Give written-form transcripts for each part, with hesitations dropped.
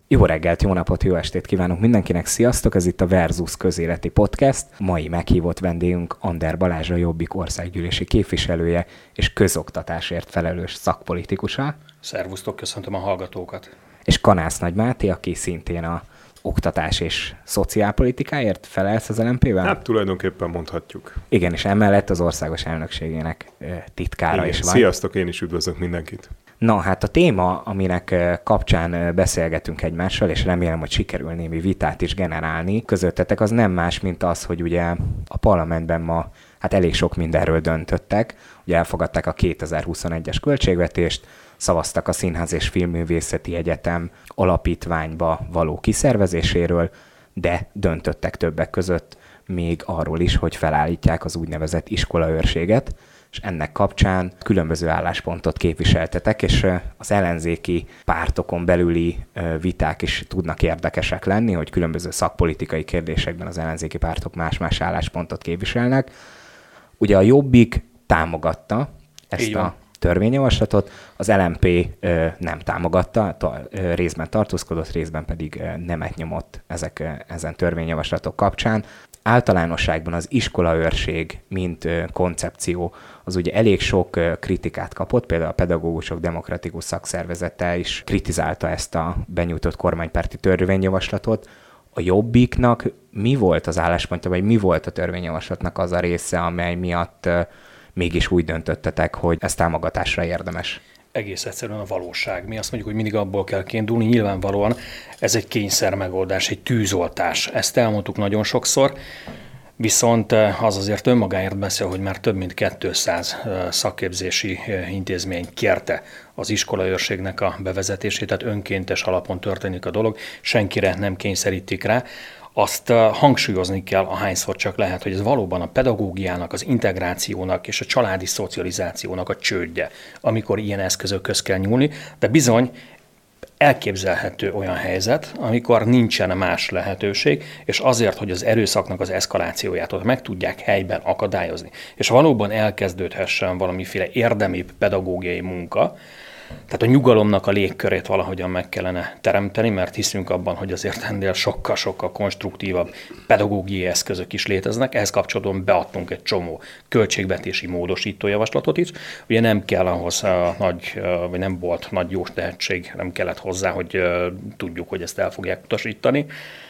Jó reggelt, jó napot, jó estét kívánunk mindenkinek, sziasztok! Ez itt a Versus közéleti podcast. Mai meghívott vendégünk Ander Balázs, a Jobbik országgyűlési képviselője és közoktatásért felelős szakpolitikusa. Szervusztok, köszöntöm a hallgatókat. És Kanász Nagy Máté, aki szintén a oktatás és szociálpolitikáért felelsz az LMP-vel? Hát tulajdonképpen mondhatjuk. Igen, és emellett az országos elnökségének titkára Igen, is van. Sziasztok, én is üdvözlök mindenkit. Na, hát a téma, aminek kapcsán beszélgetünk egymással, és remélem, hogy sikerül némi vitát is generálni közöttetek, az nem más, mint az, hogy ugye a parlamentben ma elég sok mindenről döntöttek. Ugye elfogadták a 2021-es költségvetést, szavaztak a Színház és Filmművészeti Egyetem alapítványba való kiszervezéséről, de döntöttek többek között még arról is, hogy felállítják az úgynevezett iskolaőrséget, és ennek kapcsán különböző álláspontot képviseltetek, és az ellenzéki pártokon belüli viták is tudnak érdekesek lenni, hogy különböző szakpolitikai kérdésekben az ellenzéki pártok más-más álláspontot képviselnek. Ugye a Jobbik támogatta ezt a törvényjavaslatot, az LMP nem támogatta, részben tartózkodott, részben pedig nemet nyomott ezen törvényjavaslatok kapcsán. Általánosságban az iskolaőrség, mint koncepció, az ugye elég sok kritikát kapott, például a Pedagógusok Demokratikus Szakszervezete is kritizálta ezt a benyújtott kormánypárti törvényjavaslatot. A Jobbiknak mi volt az álláspontja, vagy mi volt a törvényjavaslatnak az a része, amely miatt mégis úgy döntöttetek, hogy ez támogatásra érdemes? Egész egyszerűen a valóság. Mi azt mondjuk, hogy mindig abból kell kiindulni, nyilvánvalóan ez egy kényszer megoldás, egy tűzoltás. Ezt elmondtuk nagyon sokszor, viszont az azért önmagáért beszél, hogy már több mint 200 szakképzési intézmény kérte az iskolaőrségnek a bevezetését, tehát önkéntes alapon történik a dolog, senkire nem kényszerítik rá. Azt hangsúlyozni kell, ahányszor csak lehet, hogy ez valóban a pedagógiának, az integrációnak és a családi szocializációnak a csődje, amikor ilyen eszközökhöz kell nyúlni, de bizony elképzelhető olyan helyzet, amikor nincsen más lehetőség, és azért, hogy az erőszaknak az eszkalációját ott meg tudják helyben akadályozni, és valóban elkezdődhessen valamiféle érdemi pedagógiai munka, tehát a nyugalomnak a légkörét valahogyan meg kellene teremteni, mert hiszünk abban, hogy azért ennél sokkal-sokkal konstruktívabb pedagógiai eszközök is léteznek. Ehhez kapcsolatban beadtunk egy csomó költségvetési módosító javaslatot is. Ugye nem kell ahhoz vagy nem volt nagy jó tehetség, nem kellett hozzá, hogy tudjuk, hogy ezt el fogják utasítani,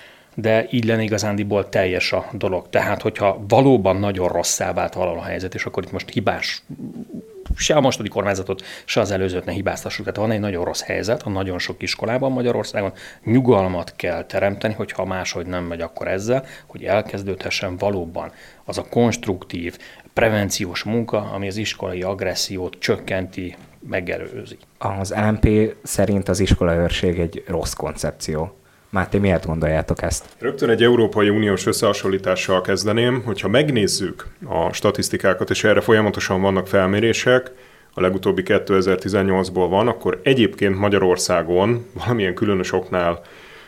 de így lenne igazándiból teljes a dolog. Tehát, hogyha valóban nagyon rosszá vált valahol a helyzet, és akkor itt most hibás, se a mostani kormányzatot, se az előzőt ne hibáztassuk. Tehát van egy nagyon rossz helyzet, a nagyon sok iskolában Magyarországon nyugalmat kell teremteni, hogyha máshogy nem megy, akkor ezzel, hogy elkezdődhessen valóban az a konstruktív, prevenciós munka, ami az iskolai agressziót csökkenti, megelőzi. Az LMP szerint az iskolaőrség egy rossz koncepció. Máté, miért gondoljátok ezt? Rögtön egy Európai Uniós összehasonlítással kezdeném, hogyha megnézzük a statisztikákat, és erre folyamatosan vannak felmérések, a legutóbbi 2018-ból van, akkor egyébként Magyarországon valamilyen különös oknál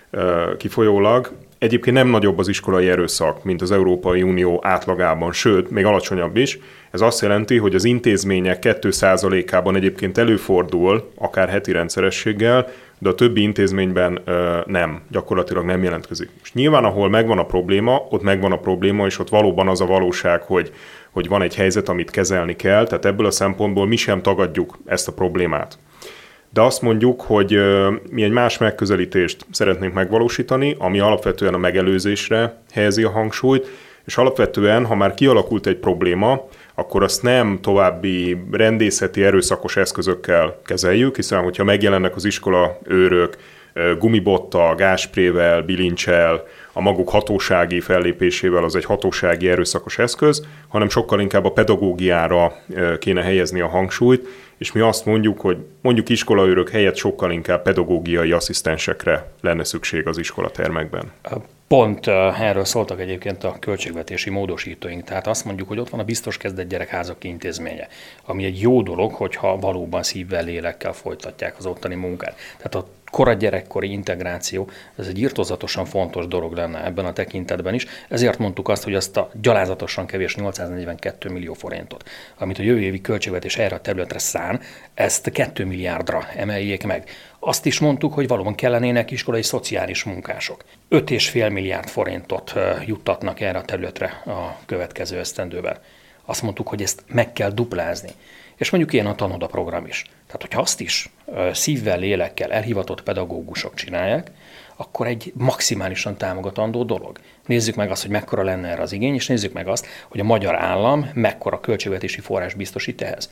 kifolyólag egyébként nem nagyobb az iskolai erőszak, mint az Európai Unió átlagában, sőt, még alacsonyabb is. Ez azt jelenti, hogy az intézmények 2%-ában egyébként előfordul, akár heti rendszerességgel, de a többi intézményben nem, gyakorlatilag nem jelentkezik. Most nyilván, ahol megvan a probléma, ott megvan a probléma, és ott valóban az a valóság, hogy van egy helyzet, amit kezelni kell, tehát ebből a szempontból mi sem tagadjuk ezt a problémát. De azt mondjuk, hogy mi egy más megközelítést szeretnénk megvalósítani, ami alapvetően a megelőzésre helyezi a hangsúlyt, és alapvetően, ha már kialakult egy probléma, akkor azt nem további rendészeti erőszakos eszközökkel kezeljük, hiszen hogyha megjelennek az iskolaőrök gumibottal, gázsprével, bilincsel, a maguk hatósági fellépésével, az egy hatósági erőszakos eszköz, hanem sokkal inkább a pedagógiára kéne helyezni a hangsúlyt, és mi azt mondjuk, hogy mondjuk iskolaőrök helyett sokkal inkább pedagógiai asszisztensekre lenne szükség az iskolatermekben. Pont erről szóltak egyébként a költségvetési módosítóink. Tehát azt mondjuk, hogy ott van a biztos kezdett gyerekházak intézménye, ami egy jó dolog, hogyha valóban szívvel, lélekkel folytatják az ottani munkát. Tehát a korai gyerekkori integráció, ez egy irtózatosan fontos dolog lenne ebben a tekintetben is. Ezért mondtuk azt, hogy azt a gyalázatosan kevés 842 millió forintot, amit a jövő évi költségvetés erre a területre szán, ezt 2 milliárdra emeljék meg. Azt is mondtuk, hogy valóban kellenének iskolai szociális munkások. 5,5 milliárd forintot juttatnak erre a területre a következő esztendőben. Azt mondtuk, hogy ezt meg kell duplázni. És mondjuk ilyen a Tanoda program is. Tehát, hogyha azt is szívvel, lélekkel elhivatott pedagógusok csinálják, akkor egy maximálisan támogatandó dolog. Nézzük meg azt, hogy mekkora lenne erre az igény, és nézzük meg azt, hogy a magyar állam mekkora költségvetési forrás biztosít ehhez.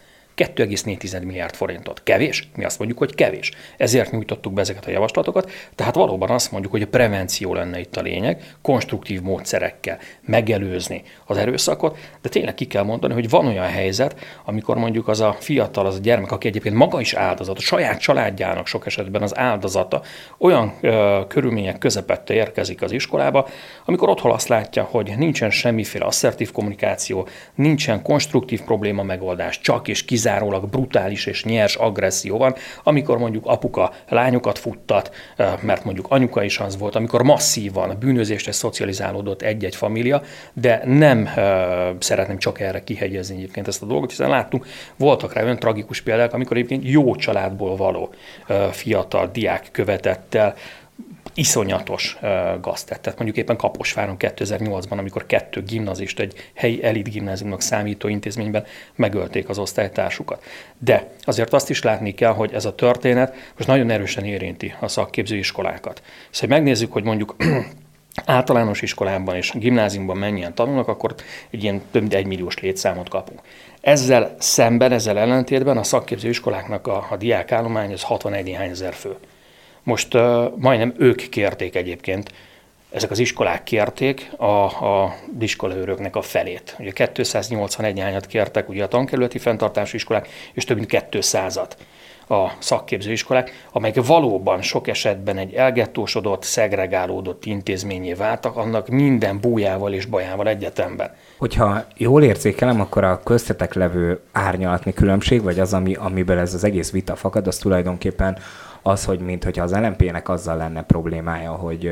2,4 milliárd forintot. Kevés? Mi azt mondjuk, hogy kevés. Ezért nyújtottuk be ezeket a javaslatokat, tehát valóban azt mondjuk, hogy a prevenció lenne itt a lényeg, konstruktív módszerekkel megelőzni az erőszakot, de tényleg ki kell mondani, hogy van olyan helyzet, amikor mondjuk az a fiatal, az a gyermek, aki egyébként maga is áldozat, a saját családjának sok esetben az áldozata, olyan körülmények közepette érkezik az iskolába, amikor otthon azt látja, hogy nincsen semmiféle asszertív kommunikáció, nincsen konstruktív probléma megoldás, csak és kizárólag brutális és nyers agresszió van, amikor mondjuk apuka lányokat futtat, mert mondjuk anyuka is az volt, amikor masszívan a bűnözésre szocializálódott egy-egy família, de nem szeretném csak erre kihegyezni egyébként ezt a dolgot, hiszen láttunk, voltak rá olyan tragikus példák, amikor egyébként jó családból való fiatal diák követett el iszonyatos gaztett. Tehát mondjuk éppen Kaposváron 2008-ban, amikor 2 gimnazist egy helyi elit gimnáziumnak számító intézményben megölték az osztálytársukat. De azért azt is látni kell, hogy ez a történet most nagyon erősen érinti a szakképző iskolákat. És ha megnézzük, hogy mondjuk általános iskolában és gimnáziumban mennyien tanulnak, akkor egy ilyen több mint 1 milliós létszámot kapunk. Ezzel szemben, ezzel ellentétben a szakképző iskoláknak a diákállomány az 61 néhány ezer fő. Most majdnem ők kérték egyébként, ezek az iskolák kérték az iskolaőröknek a felét. Ugye 281 hányat kértek ugye a tankerületi fenntartási iskolák, és több mint 200-at a szakképző iskolák, amelyek valóban sok esetben egy elgettósodott, szegregálódott intézményé váltak, annak minden bújával és bajával egyetemben. Hogyha jól érzékelem, akkor a köztetek levő árnyalatni különbség, vagy az, amiből ez az egész vita fakad, az tulajdonképpen az, hogy mintha az LMP-nek azzal lenne problémája,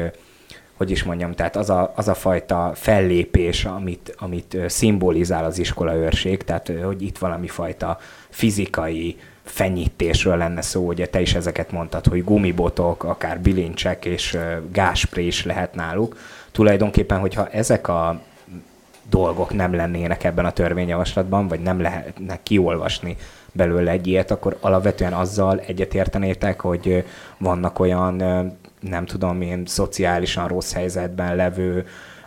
hogy is mondjam, tehát az a fajta fellépés, amit szimbolizál az iskolaőrség, tehát hogy itt valami fajta fizikai fenyítésről lenne szó, ugye te is ezeket mondtad, hogy gumibotok, akár bilincsek és gázspré is lehet náluk. Tulajdonképpen, hogyha ezek a dolgok nem lennének ebben a törvényjavaslatban, vagy nem lehetne kiolvasni belőle egy ilyet, akkor alapvetően azzal egyetértenétek, hogy vannak olyan, nem tudom én, szociálisan rossz helyzetben levő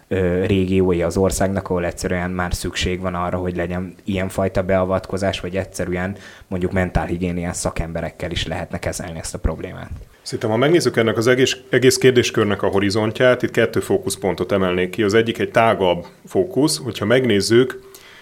régiói az országnak, ahol egyszerűen már szükség van arra, hogy legyen ilyenfajta beavatkozás, vagy egyszerűen mondjuk mentálhigiéniás szakemberekkel is lehetne kezelni ezt a problémát. Szerintem, ha megnézzük ennek az egész kérdéskörnek a horizontját, itt 2 fókuszpontot emelnék ki. Az egyik egy tágabb fókusz, hogyha megnézzük,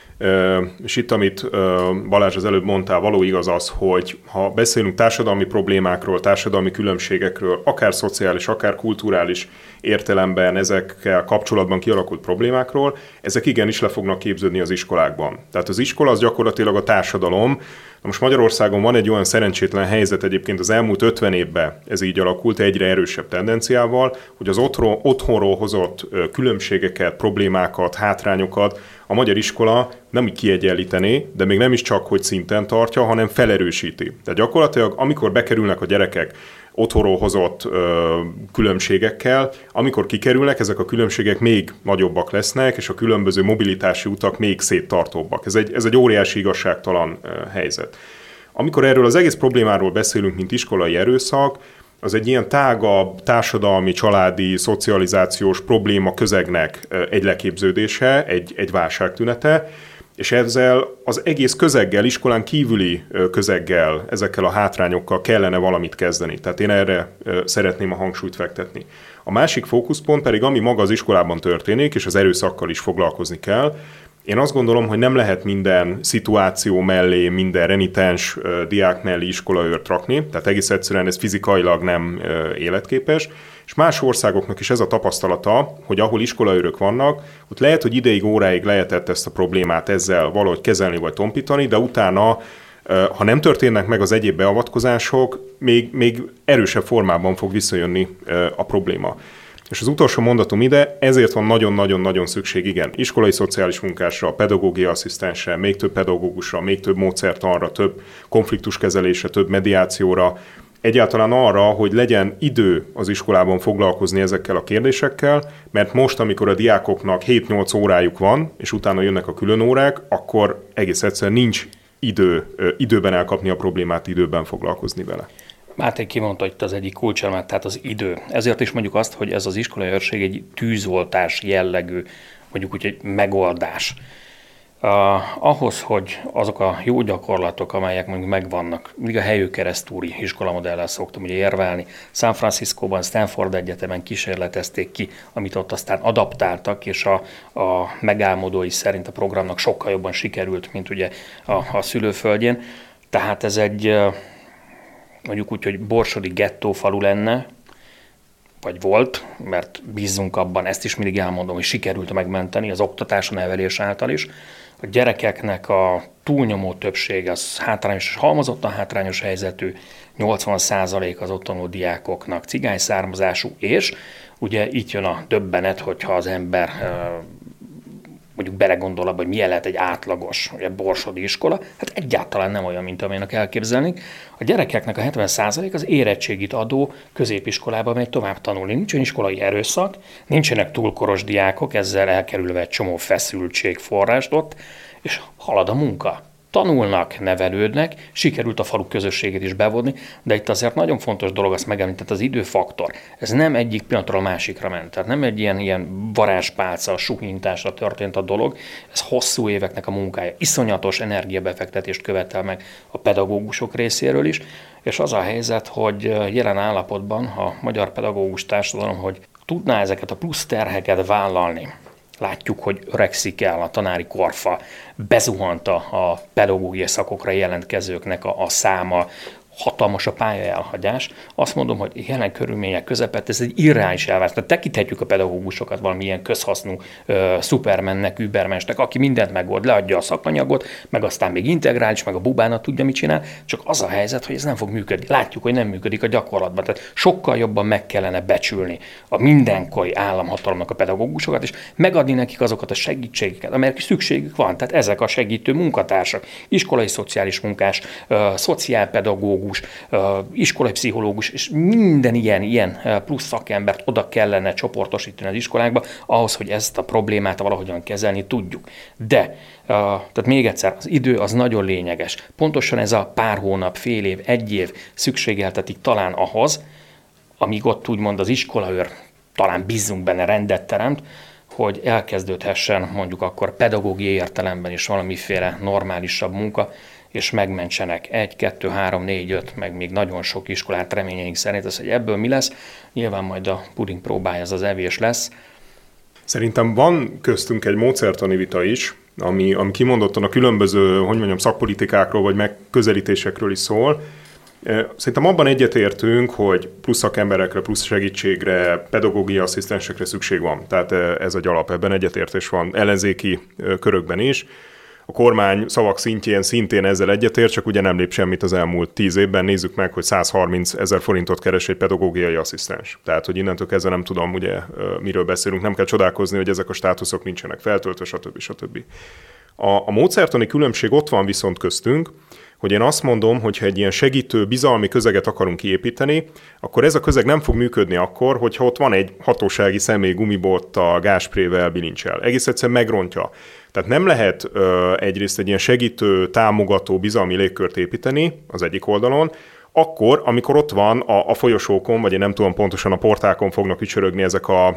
és itt, amit Balázs az előbb mondtál, való igaz az, hogy ha beszélünk társadalmi problémákról, társadalmi különbségekről, akár szociális, akár kulturális értelemben ezekkel kapcsolatban kialakult problémákról, ezek igenis le fognak képződni az iskolákban. Tehát az iskola az gyakorlatilag a társadalom. Na most Magyarországon van egy olyan szerencsétlen helyzet, egyébként az elmúlt 50 évben ez így alakult, egyre erősebb tendenciával, hogy az otthonról hozott különbségeket, problémákat, hátrányokat a magyar iskola nem úgy kiegyenlítené, de még nem is csak, hogy szinten tartja, hanem felerősíti. Tehát gyakorlatilag, amikor bekerülnek a gyerekek otthonról hozott különbségekkel, amikor kikerülnek, ezek a különbségek még nagyobbak lesznek, és a különböző mobilitási utak még széttartóbbak. Ez egy óriási igazságtalan helyzet. Amikor erről az egész problémáról beszélünk, mint iskolai erőszak, az egy ilyen tágabb, társadalmi, családi, szocializációs probléma közegnek egy leképződése, egy válságtünete, és ezzel az egész közeggel, iskolán kívüli közeggel, ezekkel a hátrányokkal kellene valamit kezdeni. Tehát én erre szeretném a hangsúlyt fektetni. A másik fókuszpont pedig, ami maga az iskolában történik, és az erőszakkal is foglalkozni kell. Én azt gondolom, hogy nem lehet minden szituáció mellé, minden renitens diák mellé iskolaőrt rakni, tehát egész egyszerűen ez fizikailag nem életképes, és más országoknak is ez a tapasztalata, hogy ahol iskolaőrök vannak, ott lehet, hogy ideig, óráig lehetett ezt a problémát ezzel valahogy kezelni vagy tompítani, de utána Ha nem történnek meg az egyéb beavatkozások, még erősebb formában fog visszajönni a probléma. És az utolsó mondatom ide, ezért van nagyon-nagyon-nagyon szükség, igen, iskolai szociális munkásra, pedagógiai asszisztensre, még több pedagógusra, még több módszertanra, több konfliktuskezelésre, több mediációra, egyáltalán arra, hogy legyen idő az iskolában foglalkozni ezekkel a kérdésekkel, mert most, amikor a diákoknak 7-8 órájuk van, és utána jönnek a külön órák, akkor egész egyszerűen nincs időben elkapni a problémát, időben foglalkozni vele. Máté kimondta itt az egyik kulcselmet, tehát az idő. Ezért is mondjuk azt, hogy ez az iskolai őrség egy tűzoltás jellegű, mondjuk úgy egy megoldás. Ahhoz, hogy azok a jó gyakorlatok, amelyek mondjuk megvannak, mindig a helyő keresztúri iskolamodellel szoktam ugye érvelni. San Franciscóban, Stanford Egyetemen kísérletezték ki, amit ott aztán adaptáltak, és a megálmodói szerint a programnak sokkal jobban sikerült, mint ugye a szülőföldjén. Tehát ez egy mondjuk úgy, hogy borsodi gettófalu lenne, vagy volt, mert bízzunk abban, ezt is mindig elmondom, hogy sikerült megmenteni az oktatás, a nevelés által is. A gyerekeknek a túlnyomó többsége az hátrányos és halmozottan hátrányos helyzetű, 80% az ott tanuló diákoknak cigány származású, és ugye itt jön a döbbenet, hogyha az ember mondjuk belegondol abba, hogy milyen lehet egy átlagos ugye, borsodi iskola, hát egyáltalán nem olyan, mint amelynek elképzelnénk. A gyerekeknek a 70% az érettségit adó középiskolába megy tovább tanulni. Nincs olyan iskolai erőszak, nincsenek túlkoros diákok, ezzel elkerülve egy csomó feszültségforrást ott, és halad a munka. Tanulnak, nevelődnek, sikerült a falu közösségét is bevonni, de itt azért nagyon fontos dolog, azt megemlített, az időfaktor. Ez nem egyik pillanatról a másikra ment, tehát nem egy ilyen varázspálca, suhintásra történt a dolog, ez hosszú éveknek a munkája, iszonyatos energiabefektetést követel meg a pedagógusok részéről is, és az a helyzet, hogy jelen állapotban a magyar pedagógus társadalom, hogy tudná ezeket a plusz terheket vállalni. Látjuk, hogy öregszik el a tanári korfa, bezuhant a pedagógiai szakokra jelentkezőknek a száma, hatalmas a pályaelhagyás. Azt mondom, hogy jelen körülmények közepette ez egy irreális elvárás. Tehát tekinthetjük a pedagógusokat valamilyen közhasznú szupermennek, übermensnek, aki mindent megold, leadja a szakanyagot, meg aztán még integrális, meg a bubánat tudja, mit csinál, csak az a helyzet, hogy ez nem fog működni. Látjuk, hogy nem működik a gyakorlatban. Tehát sokkal jobban meg kellene becsülni a mindenkori államhatalomnak a pedagógusokat, és megadni nekik azokat a segítségeket, amelyek szükségük van. Tehát ezek a segítő munkatársak, iskolai szociális munkás, szociálpedagógus, iskolai pszichológus, és minden ilyen plusz szakembert oda kellene csoportosítani az iskolákba, ahhoz, hogy ezt a problémát valahogyan kezelni tudjuk. De, tehát még egyszer, az idő az nagyon lényeges. Pontosan ez a pár hónap, fél év, egy év szükségeltetik talán ahhoz, amíg ott úgymond az iskolaőr, talán bízzunk benne, rendet teremt, hogy elkezdődhessen mondjuk akkor pedagógiai értelemben is valamiféle normálisabb munka, és megmentsenek 1, 2, 3, 4, 5, meg még nagyon sok iskolát reményeink szerint. Az, hogy ebből mi lesz, nyilván majd a puding próbája, az evés lesz. Szerintem van köztünk egy módszertani vita is, ami kimondottan a különböző, szakpolitikákról vagy megközelítésekről is szól. Szerintem abban egyetértünk, hogy plusz szakemberekre, plusz segítségre, pedagógiai asszisztensekre szükség van. Tehát ez egy alap, ebben egyetértés van ellenzéki körökben is. A kormány szavak szintjén szintén ezzel egyetért, csak ugye nem lép semmit az elmúlt 10 évben. Nézzük meg, hogy 130 000 forintot keres egy pedagógiai asszisztens. Tehát, hogy innentől kezdve nem tudom, ugye miről beszélünk, nem kell csodálkozni, hogy ezek a státuszok nincsenek feltöltve, stb. A módszertani különbség ott van viszont köztünk, hogy én azt mondom, hogy ha egy ilyen segítő, bizalmi közeget akarunk kiépíteni, akkor ez a közeg nem fog működni akkor, hogyha ott van egy hatósági személy gumibottal, gásprével, bilincsel. Egész egyszerűen megrontja. Tehát nem lehet egyrészt egy ilyen segítő, támogató, bizalmi légkört építeni az egyik oldalon, akkor, amikor ott van a folyosókon, vagy én nem tudom pontosan, a portákon fognak ücsörögni ezek a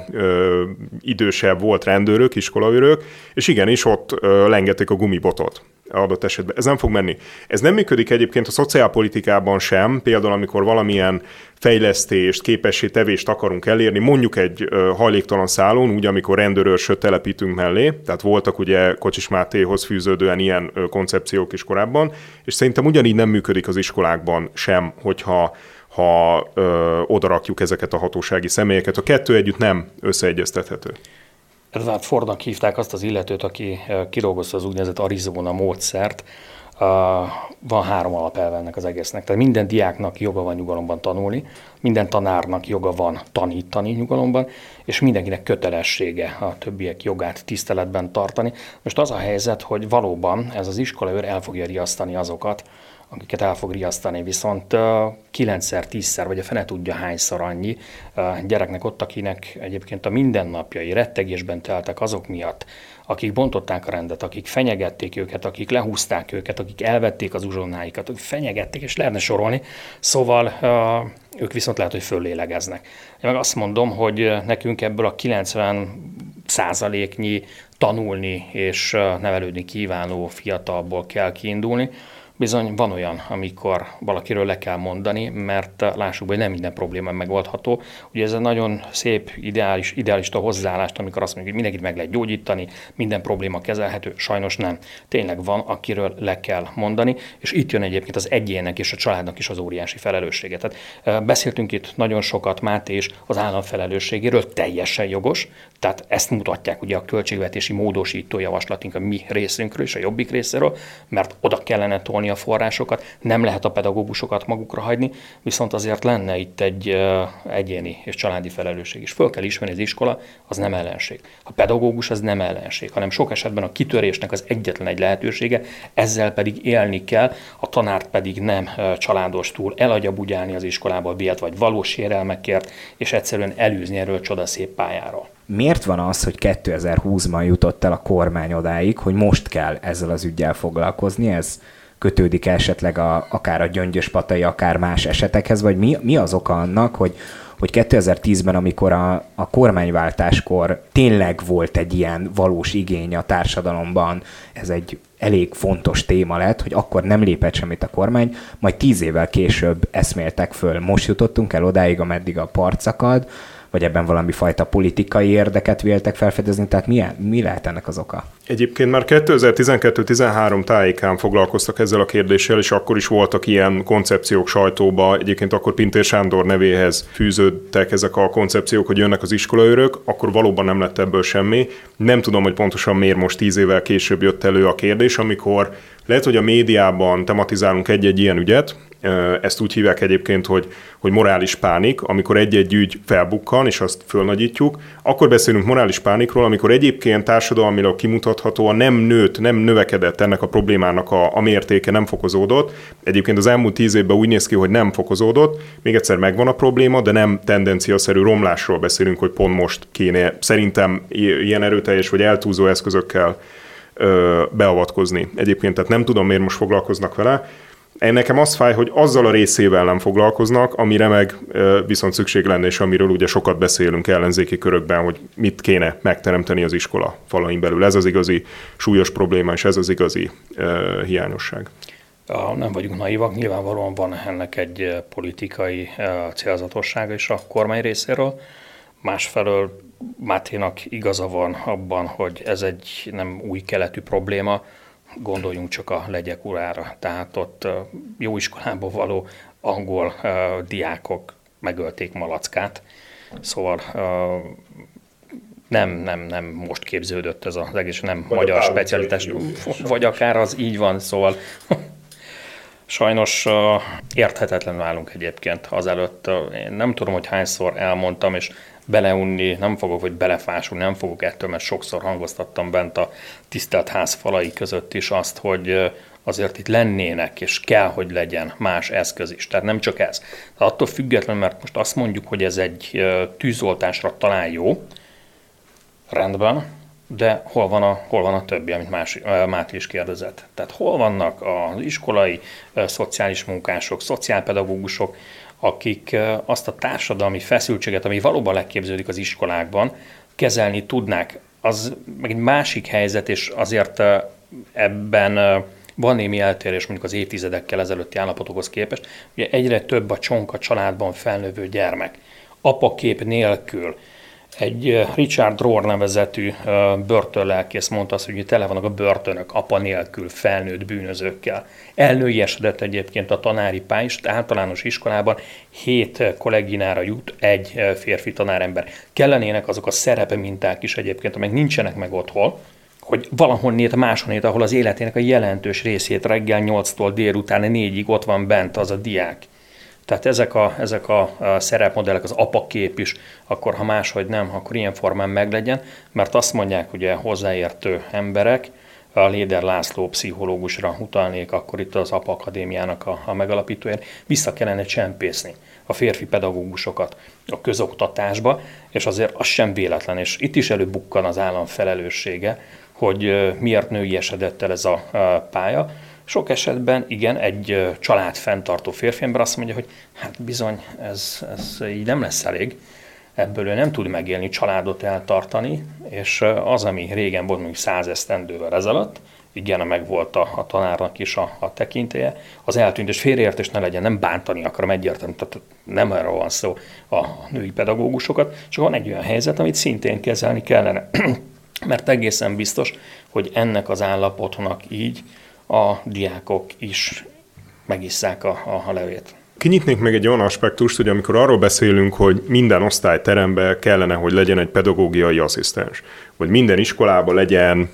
idősebb volt rendőrök, iskolaőrök, és igenis ott lengetik a gumibotot adott esetben. Ez nem fog menni. Ez nem működik egyébként a szociálpolitikában sem, például amikor valamilyen fejlesztést, képességtevést akarunk elérni, mondjuk egy hajléktalan szállón, úgy, amikor rendőrőrsöt telepítünk mellé, tehát voltak ugye Kocsis Mátéhoz fűződően ilyen koncepciók is korábban, és szerintem ugyanígy nem működik az iskolákban sem, hogyha odarakjuk ezeket a hatósági személyeket. A kettő együtt nem összeegyeztethető. Edward Fordnak hívták azt az illetőt, aki kidolgozta az úgynevezett Arizona módszert, Van 3 alapelve ennek az egésznek. Tehát minden diáknak joga van nyugalomban tanulni, minden tanárnak joga van tanítani nyugalomban, és mindenkinek kötelessége a többiek jogát tiszteletben tartani. Most az a helyzet, hogy valóban ez az iskolaőr el fogja riasztani azokat, akiket el fog riasztani, viszont 9-szer, 10-szer, vagy a fene tudja hányszor annyi gyereknek ott, akinek egyébként a mindennapjai rettegésben teltek azok miatt, akik bontották a rendet, akik fenyegették őket, akik lehúzták őket, akik elvették az uzsonnáikat, akik fenyegették, és lehetne sorolni. Szóval ők viszont lehet, hogy föllélegeznek. Én meg azt mondom, hogy nekünk ebből a 90%-nyi tanulni és nevelődni kívánó fiatalból kell kiindulni. Bizony van olyan, amikor valakiről le kell mondani, mert lássuk be, hogy nem minden probléma megoldható. Ugye ez egy nagyon szép, idealista hozzáállást, amikor azt mondjuk, hogy mindenkit meg lehet gyógyítani, minden probléma kezelhető, sajnos nem. Tényleg van, akiről le kell mondani, és itt jön egyébként az egyének és a családnak is az óriási felelőssége. Tehát beszéltünk itt nagyon sokat Máté és az állam felelősségéről, teljesen jogos, tehát ezt mutatják ugye a költségvetési módosító javaslatunk a mi részünkről és a Jobbik részéről, mert oda kellene tolni a forrásokat, nem lehet a pedagógusokat magukra hagyni, viszont azért lenne itt egy egyéni és családi felelősség is. Föl kell ismerni, az iskola az nem ellenség. A pedagógus az nem ellenség, hanem sok esetben a kitörésnek az egyetlen egy lehetősége, ezzel pedig élni kell, a tanárt pedig nem családostól elagyabudjálni az iskolából vélt vagy valós sérelmekért, és egyszerűen elűzni erről csodaszép pályáról. Miért van az, hogy 2020-ban jutott el a kormány odáig, hogy most kell ezzel az üggyel foglalkozni? Ez kötődik esetleg akár a Gyöngyös-Patai, akár más esetekhez, vagy mi az oka annak, hogy 2010-ben, amikor a kormányváltáskor tényleg volt egy ilyen valós igény a társadalomban, ez egy elég fontos téma lett, hogy akkor nem lépett semmit a kormány, majd 10 évvel később eszméltek föl. Most jutottunk el odáig, ameddig a part szakad, vagy ebben valami fajta politikai érdeket véltek felfedezni, tehát mi lehet ennek az oka? Egyébként már 2012-13 tájékán foglalkoztak ezzel a kérdéssel, és akkor is voltak ilyen koncepciók sajtóba. Egyébként akkor Pintér Sándor nevéhez fűződtek ezek a koncepciók, hogy jönnek az iskolaőrök, akkor valóban nem lett ebből semmi. Nem tudom, hogy pontosan miért most 10 évvel később jött elő a kérdés, amikor lehet, hogy a médiában tematizálunk egy-egy ilyen ügyet, ezt úgy hívják egyébként, hogy morális pánik, amikor egy-egy ügy felbukkan, és azt fölnagyítjuk. Akkor beszélünk morális pánikról, amikor egyébként társadalmilag kimutathatóan nem nőtt, nem növekedett ennek a problémának a mértéke, nem fokozódott. Egyébként az elmúlt 10 évben úgy néz ki, hogy nem fokozódott. Még egyszer megvan a probléma, de nem tendenciaszerű romlásról beszélünk, hogy pont most kéne szerintem ilyen erőteljes vagy eltúlzó eszközökkel beavatkozni. Egyébként tehát nem tudom, miért most foglalkoznak vele. Nekem az fáj, hogy azzal a részével nem foglalkoznak, amire meg viszont szükség lenne, és amiről ugye sokat beszélünk ellenzéki körökben, hogy mit kéne megteremteni az iskola falain belül. Ez az igazi súlyos probléma, és ez az igazi hiányosság. Nem vagyunk naivak, nyilvánvalóan van ennek egy politikai célzatossága is a kormány részéről. Másfelől Máténak igaza van abban, hogy ez egy nem új keletű probléma, gondoljunk csak a legyek urára. Tehát ott jó iskolából való angol diákok megölték Malackát. Szóval nem most képződött ez az egész, nem vagy magyar specialitás, vagy akár az így van, szóval sajnos érthetetlenül állunk egyébként azelőtt. Én nem tudom, hogy hányszor elmondtam, és beleunni, nem fogok, vagy belefásulni, nem fogok ettől, mert sokszor hangoztattam bent a tisztelt ház falai között is azt, hogy azért itt lennének, és kell, hogy legyen más eszköz is. Tehát nem csak ez. De attól függetlenül, mert most azt mondjuk, hogy ez egy tűzoltásra talán jó, rendben, de hol van a többi, amit Máté is kérdezett. Tehát hol vannak az iskolai szociális munkások, szociálpedagógusok, akik azt a társadalmi feszültséget, ami valóban leképződik az iskolákban, kezelni tudnák. Az meg egy másik helyzet, és azért ebben van némi eltérés mondjuk az évtizedekkel ezelőtti állapotokhoz képest. Ugye egyre több a csonka családban felnövő gyermek. Apakép nélkül. Egy Richard Rohr nevezetű börtönlelkész mondta azt, hogy tele vannak a börtönök apa nélkül felnőtt bűnözőkkel. Elnőiesedett egyébként a tanári pálya is, általános iskolában 7 kolleginára jut egy férfi tanárember. Kellenének azok a szerepeminták is egyébként, amelyek nincsenek meg otthon, hogy valahonnét máshonnét, ahol az életének a jelentős részét reggel 8-tól délután 4-ig ott van bent az a diák. Tehát ezek a szerepmodellek, az apakép is, akkor ha máshogy nem, akkor ilyen formán meglegyen, mert azt mondják ugye hozzáértő emberek, a Léder László pszichológusra utalnék, akkor itt az APA Akadémiának a megalapítójára, vissza kellene csempészni a férfi pedagógusokat a közoktatásba, és azért az sem véletlen, és itt is előbukkan az állam felelőssége, hogy miért nőiesedett el ez a pálya. Sok esetben igen, egy család fenntartó férfi ember azt mondja, hogy hát bizony, ez így nem lesz elég, ebből ő nem tud megélni, családot eltartani, és az, ami régen volt mondjuk 100 esztendővel ezelőtt, igen, meg volt a tanárnak is a tekintélye, az eltűnt, és félreértés ne legyen, nem bántani akarom egyértelmű, tehát nem erről van szó a női pedagógusokat, csak van egy olyan helyzet, amit szintén kezelni kellene, mert egészen biztos, hogy ennek az állapotnak így a diákok is megisszák a levét. Kinyitnék meg egy olyan aspektust, hogy amikor arról beszélünk, hogy minden osztályteremben kellene, hogy legyen egy pedagógiai asszisztens, vagy minden iskolában legyen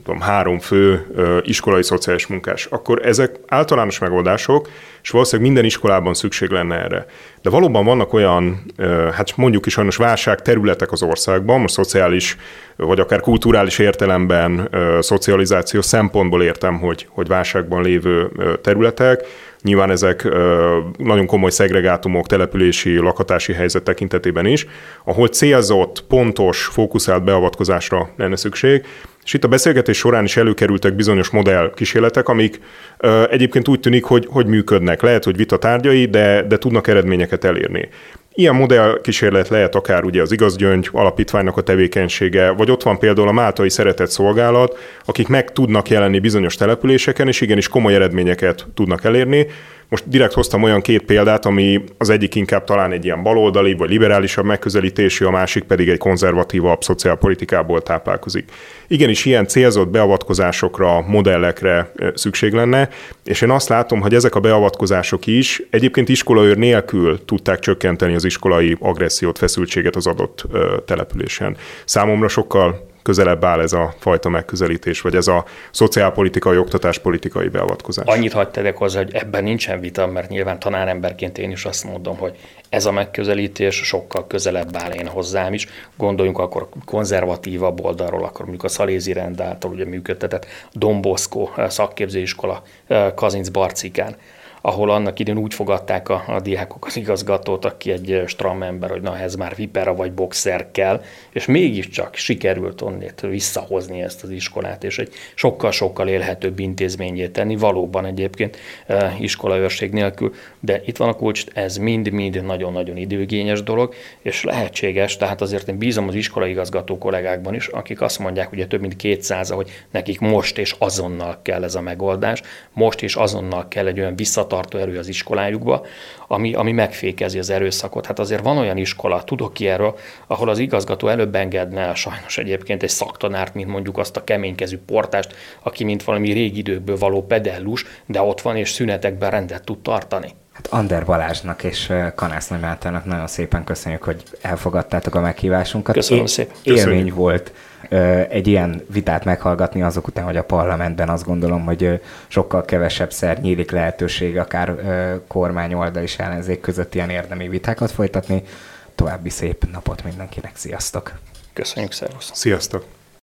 3 fő iskolai szociális munkás, akkor ezek általános megoldások, és valószínűleg minden iskolában szükség lenne erre. De valóban vannak olyan, hát mondjuk is sajnos válságterületek az országban, most szociális, vagy akár kulturális értelemben, szocializáció szempontból értem, hogy válságban lévő területek. Nyilván ezek nagyon komoly szegregátumok, települési, lakhatási helyzet tekintetében is, ahol célzott, pontos, fókuszált beavatkozásra lenne szükség. És itt a beszélgetés során is előkerültek bizonyos modellkísérletek, amik egyébként úgy tűnik, hogy működnek. Lehet, hogy vita tárgyai, de tudnak eredményeket elérni. Ilyen modellkísérlet lehet akár ugye az Igazgyöngy alapítványnak a tevékenysége, vagy ott van például a Máltai Szeretett Szolgálat, akik meg tudnak jelenni bizonyos településeken, és igenis komoly eredményeket tudnak elérni. Most direkt hoztam olyan 2 példát, ami az egyik inkább talán egy ilyen baloldali vagy liberálisabb megközelítésű, a másik pedig egy konzervatívabb szociálpolitikából táplálkozik. Igenis ilyen célzott beavatkozásokra, modellekre szükség lenne, és én azt látom, hogy ezek a beavatkozások is egyébként iskolaőr nélkül tudták csökkenteni az iskolai agressziót, feszültséget az adott településen. Számomra sokkal közelebb áll ez a fajta megközelítés, vagy ez a szociálpolitikai, oktatáspolitikai beavatkozás. Annyit hadd tegyek hozzá, hogy ebben nincsen vita, mert nyilván tanáremberként én is azt mondom, hogy ez a megközelítés sokkal közelebb áll én hozzám is. Gondoljunk akkor konzervatívabb oldalról, akkor mondjuk a Szalézi rend által ugye működtetett Don Bosco szakképzőiskola Kazincbarcikán, ahol annak idén úgy fogadták a diákok az igazgatót, aki egy stram ember, hogy na ez már vipera vagy boxer kell, és mégiscsak sikerült onnét visszahozni ezt az iskolát, és egy sokkal-sokkal élhetőbb intézményét tenni, valóban egyébként iskolaőrség nélkül, de itt van a kulcs, ez mind-mind nagyon-nagyon időigényes dolog, és lehetséges, tehát azért én bízom az iskolaigazgató kollégákban is, akik azt mondják, ugye több mint 200, hogy nekik most és azonnal kell ez a megoldás, most és azonnal kell egy olyan visszatartó erő az iskolájukba, ami megfékezi az erőszakot. Hát azért van olyan iskola, tudok ki erről, ahol az igazgató előbb engedne el sajnos egyébként egy szaktanárt, mint mondjuk azt a keménykezű portást, aki mint valami régi időkből való pedellus, de ott van és szünetekben rendet tud tartani. Hát Ander Balázsnak és Kanász Nagy Mártának nagyon szépen köszönjük, hogy elfogadtátok a meghívásunkat. Köszönöm szépen. Élmény volt egy ilyen vitát meghallgatni azok után, hogy a parlamentben azt gondolom, hogy sokkal kevesebbszer nyílik lehetőség akár kormányoldal és ellenzék között ilyen érdemi vitákat folytatni. További szép napot mindenkinek, sziasztok! Köszönjük, szervusz! Sziasztok!